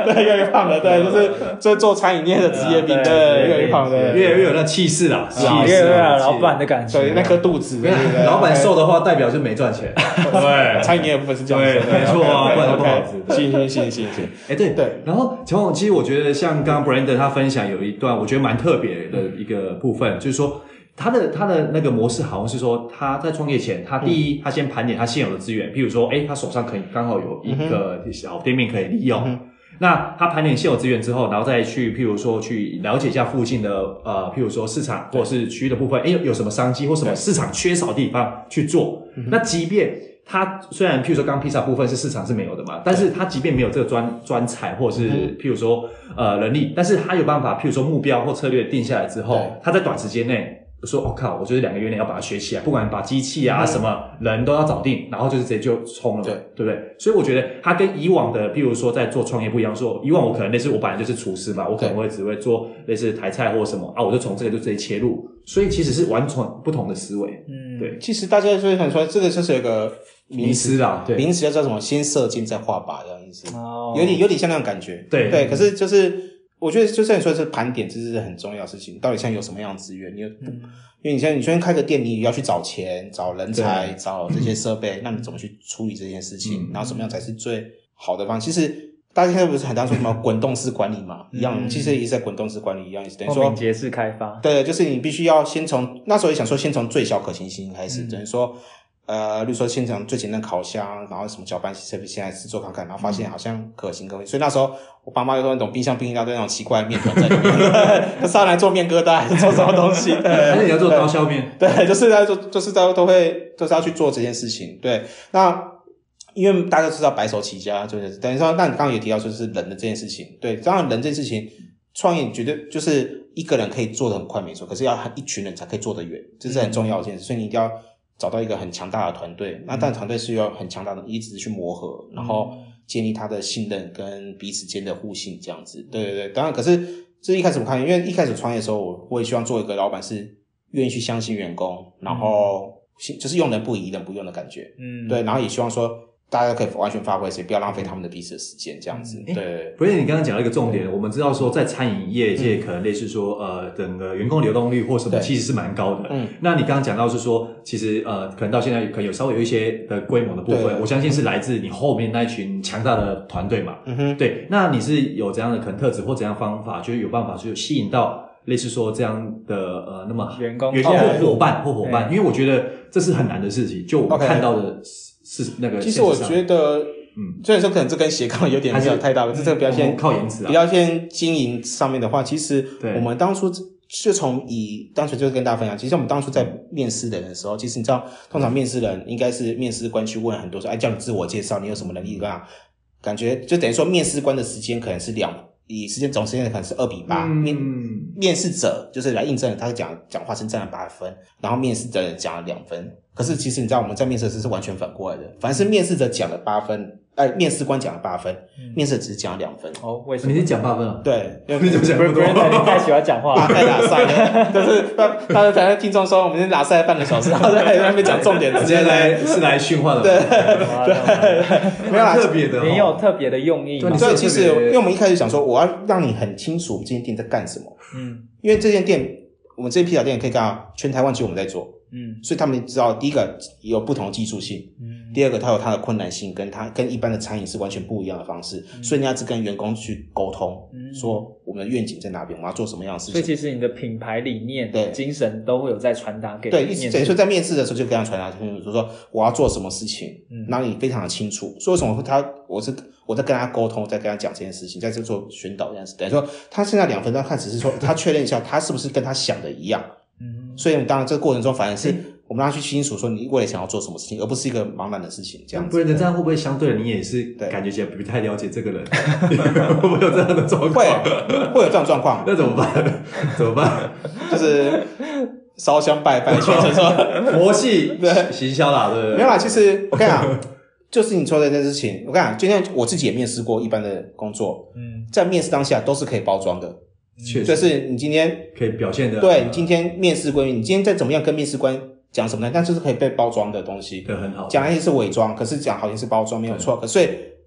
对，越来越胖了，对，就是做餐饮业的职业病，对，越来越胖，对， 越来越有那气势啦， 越来越有老板的感觉， 对，那颗肚子， 老板瘦的话，代表就没赚钱，对， 餐饮业的部分是这样子， 对，没错啊，不然就不好吃。 行， 对，然后其实我觉得像刚刚 Brandon 他分享有一段，我觉得蛮特别的一个部分，就是说。他的那个模式好像是说，他在创业前，他第一，他先盘点他现有的资源，譬如说，他手上可以刚好有一个小店面可以利用。那他盘点现有资源之后，然后再去，譬如说去了解一下附近的譬如说市场或者是区域的部分，有什么商机或什么市场缺少的地方去做。那即便他虽然譬如说刚披萨部分是市场是没有的嘛，但是他即便没有这个专才或者是譬如说能力，但是他有办法，譬如说目标或策略定下来之后，他在短时间内。说靠，我就是2个月内要把它学起来，不管把机器啊什么人都要找定，然后就是直接就冲了，对不对？所以我觉得他跟以往的，譬如说在做创业不一样，说以往我可能类似我本来就是厨师嘛，我可能只会做类似台菜或什么啊，我就从这个就直接切入，所以其实是完全不同的思维。对， 其实大家就会很说这个就是有个迷思啦，对， 名词叫什么？先射箭再画靶这样意思，有点像那种感觉， 对， 可是就是。我觉得就像你说的是盘点，这是很重要的事情。到底现在有什么样的资源？因为你现在开个店，你要去找钱、找人才、找这些设备，那你怎么去处理这件事情？然后怎么样才是最好的方式？其实大家现在不是很常说什么滚动式管理嘛，一样，其实也是在滚动式管理一样，等于说敏捷式开发。 对，就是你必须要先从那时候也想说，先从最小可行性开始，等于说。例如说现场最简单的烤箱，然后什么搅拌器设备，现在试做看看，然后发现好像可行可以，所以那时候我爸妈就说那种冰箱冰一大堆那种奇怪的面团在里面，他上来做面疙瘩还是做什么东西？ 而且你要做刀削面， 对，就是在做，就是大家都是要去做这件事情。对，那因为大家都知道白手起家，就是等于说，那你刚刚也提到说是人的这件事情，对，当然人这件事情创业绝对就是一个人可以做得很快没错，可是要一群人才可以做得远，这是很重要的一件事，所以你一定要。找到一个很强大的团队，那但团队是要很强大的一直去磨合，然后建立他的信任跟彼此间的互信这样子。对，当然可是这一开始我看，因为一开始创业的时候，我也希望做一个老板是愿意去相信员工，然后就是用人不疑人不用的感觉。对，然后也希望说大家可以完全发挥，不要浪费他们的彼此的时间这样子。对， 不是你刚刚讲到一个重点，我们知道说在餐饮业界可能类似说整个员工流动率或什么其实是蛮高的。那你刚刚讲到是说其实可能到现在可能有稍微有一些的规模的部分，我相信是来自你后面那一群强大的团队嘛。对，那你是有怎样的可能特质或怎样方法，就是有办法去吸引到类似说这样的那么员工或伙伴，因为我觉得这是很难的事情，就我看到的是那个。 其实我觉得，虽然说可能这跟斜杠有点没有太大，这个比较偏靠颜值啊， 比较偏经营上面的话，其实我们当初就当初就是跟大家分享，其实我们当初在面试人的时候，其实你知道，通常面试人应该是面试官去问很多说，叫你自我介绍，你有什么能力干嘛？感觉就等于说面试官的时间可能是以总时间可能是2:8，面试者就是来应征的，他讲话是占了8分，然后面试者讲了2分。可是其实你知道我们在面试时是完全反过来的，反正是面试者讲了8分，面试官讲了8分，面试者只是讲了2分。 哦，为什么？ 你是讲8分啊？ 对， 你怎么讲那么多？ 你太喜欢讲话， 太拉塞了。就是他可能听众说我们拉塞半个小时，然后在那边讲重点，直接来训话的。 对， 没有特别的， 你有特别的用意吗？ 对，其实因为我们一开始想说，我要让你很清楚这间店在干什么。因为这间店，我们这些披萨店可以看到，全台湾其实我们在做。所以他们知道，第一个有不同的技术性，第二个它有它的困难性，跟一般的餐饮是完全不一样的方式，所以你要跟员工去沟通，说我们的愿景在哪边，我们要做什么样的事情。 所以其实你的品牌理念、精神都会有在传达给对，等于说在面试的时候就跟他传达清楚，就是说我要做什么事情，然后你非常的清楚，所以为什么我在跟他沟通，我在跟他讲这件事情，在这做宣导这样子，等于说他现在2分钟看只是说他确认一下他是不是跟他想的一样。所以当然这个过程中反而是我们让他去清楚说你未来想要做什么事情，而不是一个茫然的事情这样子。 不然这样会不会相对的你也是感觉起来不太了解这个人？会不会有这样的状况？ 会有这种状况。 那怎么办？ 就是烧香拜拜，全程说佛系行销啦，对不对？ 没有啦，其实我跟你讲，就是你说的这件事情，我跟你讲，今天我自己也面试过一般的工作，在面试当下都是可以包装的。就是你今天可以表现的， 对，你今天面试官，你今天再怎么样跟面试官讲什么呢？但就是可以被包装的东西， 对，很好。 讲那些是伪装，可是讲好像是包装没有错。可是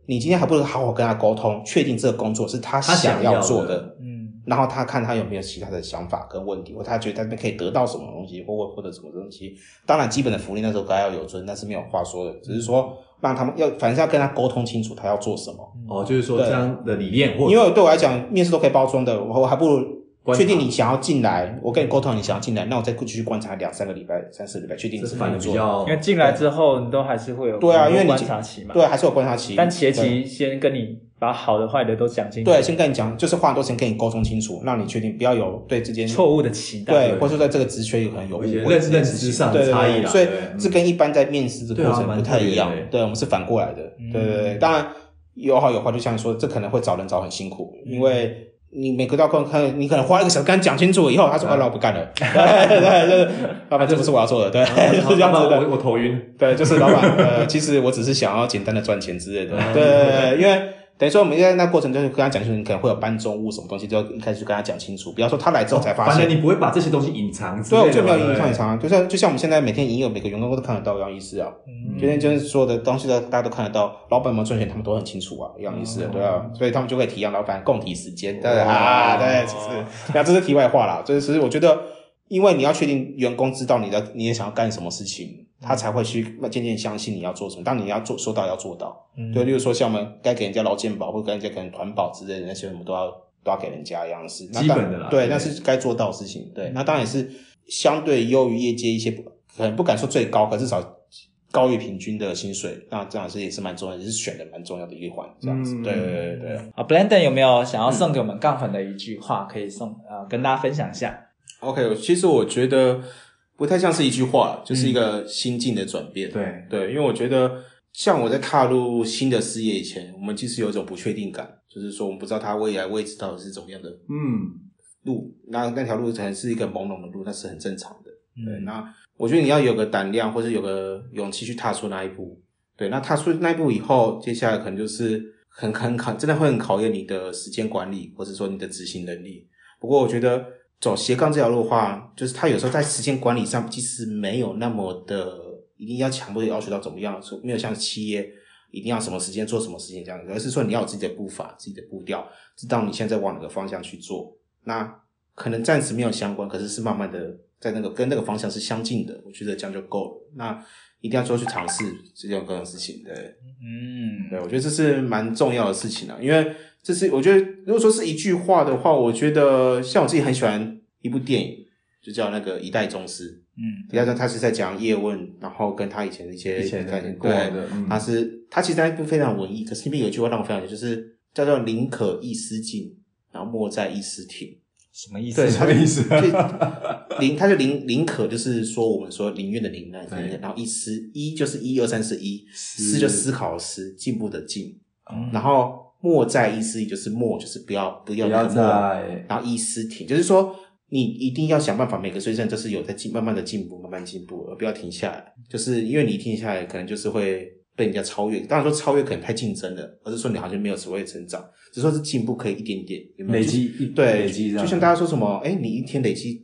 你今天还不如好好跟他沟通，确定这个工作是他想要做的，然后他看他有没有其他的想法跟问题，或他觉得他那边可以得到什么东西，或者什么东西。当然基本的福利那时候该要有尊，但是没有话说的，只是说让他们反正要跟他沟通清楚他要做什么。 就是说这样的理念， 因为对我来讲面试都可以包装的，我还不如确定你想要进来，我跟你沟通你想要进来，那我再继续观察2-3个礼拜、3-4个礼拜，确定你是反而比较， 因为进来之后你都还是会有对啊，因为你观察期嘛， 对，还是有观察期。 但前期先跟你把好的坏的都讲清楚， 对，先跟你讲，就是花很多时间跟你沟通清楚，让你确定不要有对之间错误的期待， 对，或者说在这个职缺有可能有误会、 认知上的差异啦。 所以这跟一般在面试的过程不太一样。对，我们是反过来的。对，当然有好有坏，就像你说，这可能会找人找很辛苦，因为你每个到看，你可能花1个小时跟他讲清楚以后，他说：“我不干了。”对，就是老板，这不是我要做的，对，是这样子的。 我头晕。 对，就是老板，其实我只是想要简单的赚钱之类的。对，因为等于说我们在那过程中就跟他讲清楚，你可能会有搬重物什么东西，就一开始就跟他讲清楚。比方说他来之后才发现， 反正你不会把这些东西隐藏之类的。 对，我就没有隐藏，就像我们现在每天营业，每个员工都看得到一样意思啊。今天就是所有的东西大家都看得到，老板有没有赚钱，他们都很清楚啊，一样意思，对啊，所以他们就会体谅老板共体时间，对啊，对，那这是题外话啦。这是我觉得，因为你要确定员工知道你也想要干什么事情，他才会去渐渐相信你要做什么。当你要说到要做到，对，例如说像我们该给人家劳健保或者给人家可能团保之类的那些，我们都要给人家一样是基本的啦。 对，那是该做到的事情。对，那当然也是相对优于业界一些，可能不敢说最高，可至少高于平均的薪水，那这样是也是蛮重要的，也是选的蛮重要的一环，这样子。对。 好 ，Blendon 有没有想要送给我们杠粉的一句话，可以跟大家分享一下 ？OK， 其实我觉得不太像是一句话，就是一个心境的转变。对，因为我觉得像我在踏入新的事业以前，我们其实有一种不确定感，就是说我们不知道它未来位置到底是怎么样的路，那条路可能是一个朦胧的路，那是很正常的。对，那我觉得你要有个胆量，或是有个勇气去踏出那一步。对，那踏出那一步以后，接下来可能就是真的会很考验你的时间管理，或者说你的执行能力。不过我觉得走斜杠这条路的话，就是它有时候在时间管理上其实没有那么的一定要强迫要求到怎么样，没有像企业一定要什么时间做什么事情这样子，而是说你要有自己的步伐、自己的步调，知道你现在往哪个方向去做。那可能暂时没有相关，可是慢慢的在跟那个方向是相近的，我觉得这样就够了。那一定要说去尝试这种各种事情，对，对，我觉得这是蛮重要的事情啊，因为这是我觉得如果说是一句话的话，我觉得像我自己很喜欢一部电影，就叫那个《一代宗师》。一代宗师他是在讲叶问，然后跟他以前的一些概念，对，他其实那一部非常文艺，可是里面有一句话让我非常就是叫做宁可一丝进，然后莫在一丝停。 什么意思？ 对，什么意思？ 他就宁可就是说我们说宁愿的宁，然后一丝一就是1、2、3、4，思就思考的思，进步的进，然后莫在一丝，就是莫就是不要那个莫，然后一丝停，就是说你一定要想办法，每个学生都是有在慢慢的进步，慢慢进步，而不要停下来，就是因为你停下来，可能就是会被人家超越。当然说超越可能太竞争了，而是说你好像没有所谓的成长，只说是进步可以一点点，有没有累积？ 对， 累积， 就像大家说什么，你一天累积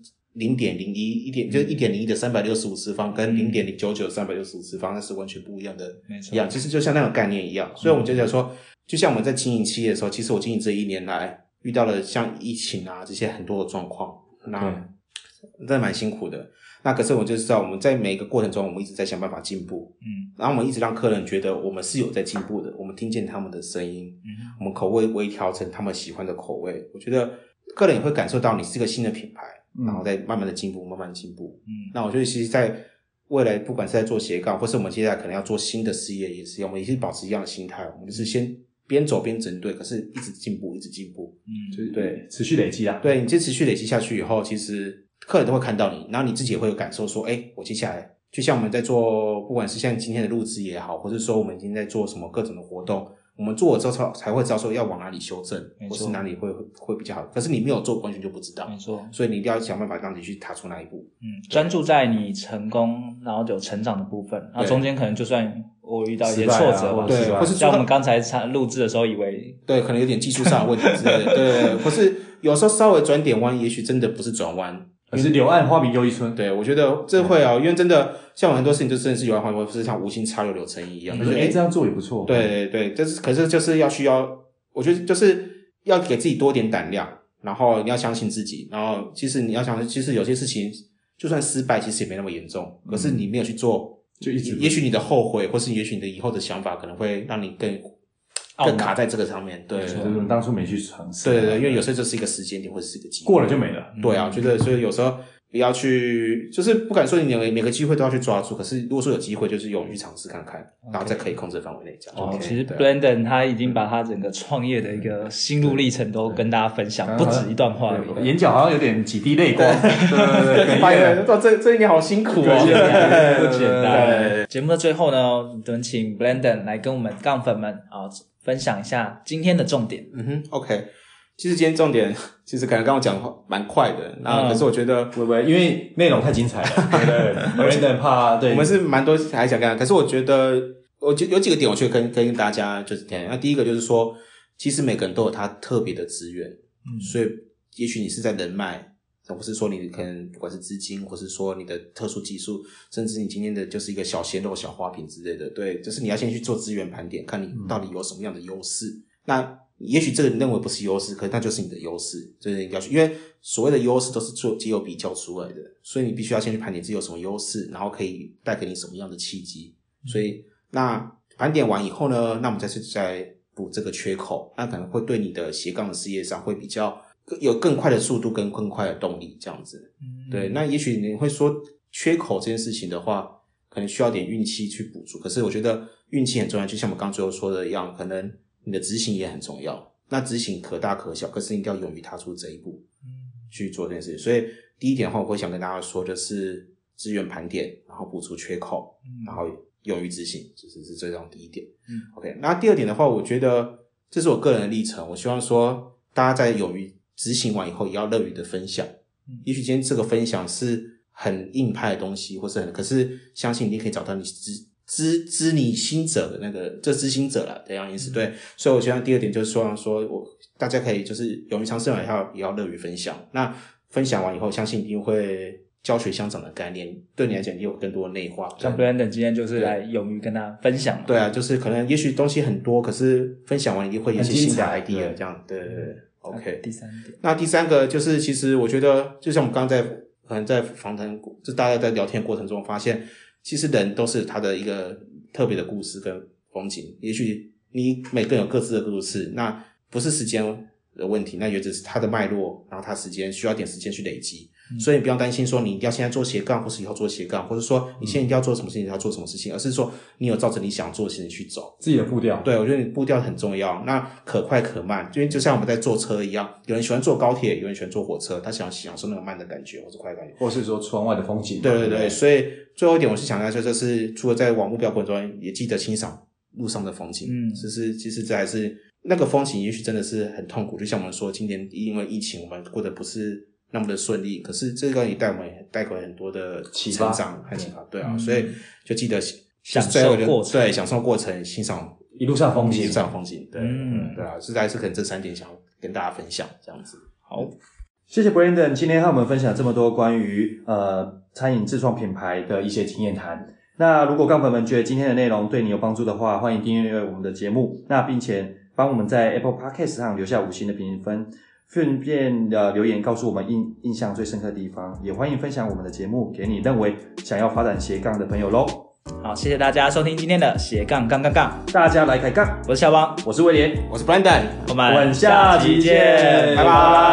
0.01就是1.01的365次方跟0.099 365次方，那是完全不一样的，一样，其实就像那种概念一样。所以我们就讲说，就像我们在经营企业的时候，其实我经营这1年来遇到了像疫情啊这些很多的状况，那真的蛮辛苦的。那可是我就知道我们在每一个过程中，我们一直在想办法进步，然后我们一直让客人觉得我们是有在进步的，我们听见他们的声音，我们口味微调成他们喜欢的口味。我觉得客人也会感受到你是个新的品牌，然后再慢慢的进步，慢慢进步。那我觉得其实在未来不管是在做斜杠，或是我们接下来可能要做新的事业也是一样，我们也是保持一样的心态，我们就是先边走边整队，可是一直进步，一直进步。对， 持续累积啊。 对，你这持续累积下去以后，其实客人都会看到你，然后你自己也会有感受说，我接下来就像我们在做，不管是像今天的录制也好，或是说我们已经在做什么各种的活动，我们做了之后才会知道说要往哪里修正，或是哪里会比较好。可是你没有做，完全就不知道。没错，所以你一定要想办法让你去踏出那一步。 专注在你成功然后有成长的部分，然后中间可能就算我遇到一些挫折吧， 对，或是像我们刚才录制的时候以为， 对，可能有点技术上的问题之类的，对，或是有时候稍微转点弯，也许真的不是转弯。 是柳暗花明又一村。 对，我觉得这会因为真的像有很多事情就真的是柳暗花明，不是像无心插柳柳成荫一样。 就是这样做也不错。 对，可是就是需要，我觉得就是要给自己多点胆量，然后你要相信自己，然后其实你要想，其实有些事情就算失败，其实也没那么严重。可是你没有去做， 就一直也许你的后悔，或是也许你的以后的想法，可能会让你更卡在这个上面。对， 就是当初没去尝试。 对，因为有时候这是一个时间点，或者是一个机会， 过了就没了。 对啊，觉得所以有时候不要去，就是不敢说你每个机会都要去抓住，可是如果说有机会，就是勇于去尝试看看，然后在可以控制的范围内这样。 其实 Brandon 他已经把他整个创业的一个心路历程都跟大家分享，不止一段话而已。 眼角好像有点几滴泪光。对， 发现这一年好辛苦不简单。节目的最后呢，我们请 Brandon 来跟我们杠粉们分享一下今天的重点。 OK。其实今天重点，其实可能刚刚讲蛮快的，那可是我觉得不会，因为内容太精彩了，对，Brandon 怕对， 我们是蛮多还想干，可是我觉得有几个点，我觉得跟大家就是讲。那第一个就是说，其实每个人都有他特别的资源，所以也许你是在人脉，或是说你可能不管是资金，或是说你的特殊技术，甚至你今天的就是一个小鲜肉、小花瓶之类的，对，就是你要先去做资源盘点，看你到底有什么样的优势。那也许这个你认为不是优势，可是那就是你的优势，就是你要去，因为所谓的优势都是藉由比较出来的，所以你必须要先去盘点自己有什么优势，然后可以带给你什么样的契机。所以那盘点完以后呢，那我们再补这个缺口，那可能会对你的斜杠的事业上会比较有更快的速度跟更快的动力这样子。对，那也许你会说缺口这件事情的话，可能需要点运气去补足，可是我觉得运气很重要，就像我们刚刚最后说的一样，可能你的执行也很重要，那执行可大可小，可是你一定要勇于踏出这一步，去做这件事情。所以第一点的话，我会想跟大家说，就是资源盘点，然后补足缺口，然后勇于执行，是这样第一点。OK， 那第二点的话，我觉得这是我个人的历程，我希望说大家在勇于执行完以后，也要乐于的分享。也许今天这个分享是很硬派的东西，或是可是相信你可以找到你知你心者的那个知心者啦的样意思。对，所以我希望第二点就是说大家可以就是勇于尝试完以后也要乐于分享。那分享完以后，相信一定会教学相长的概念，对你来讲也有更多的内化。 像 Brandon 今天就是来勇于跟他分享。 对啊，就是可能也许东西很多，可是分享完一定会有一些新的 idea 这样。对。OK， 第三点。 那第三个就是其实我觉得就像我们刚刚可能在访谈就大家在聊天过程中发现，其实人都是他的一个特别的故事跟风景，也许你每个人有各自的故事，那不是时间的问题，那也只是他的脉络，然后他需要点时间去累积。所以你不要担心说你一定要现在做斜杠，或是以后做斜杠，或者说你现在一定要做什么事情，要做什么事情，而是说你有照着你想做的事情去走自己的步调。 对，我觉得你步调很重要，那可快可慢，因为就像我们在坐车一样，有人喜欢坐高铁，有人喜欢坐火车，他想享受那个慢的感觉或者快的感觉， 或是说窗外的风景。 对，所以最后一点我是想要说，就是除了在往目标过程中，也记得欣赏路上的风景。其实这还是那个风景也许真的是很痛苦，就像我们说今年因为疫情我们过得不是那么的顺利，可是这个也带给很多的成长和启发。对啊，所以就记得享受过程， 对，享受过程，欣赏一路上风景， 对，对啊，实在是可能这3点想要跟大家分享这样子。 好， 谢谢 Brandon 今天和我们分享这么多关于餐饮自创品牌的一些经验谈。那如果杠粉们觉得今天的内容对你有帮助的话，欢迎订阅我们的节目，那并且帮我们在 Apple Podcast 上留下5星的评分，顺便留言告诉我们印象最深刻的地方，也欢迎分享我们的节目给你认为想要发展斜杠的朋友咯。 好，谢谢大家收听今天的斜杠杠杠杠， 大家来开杠。 我是小王， 我是威廉， 我是 Brandon， 我们下期见， 拜拜。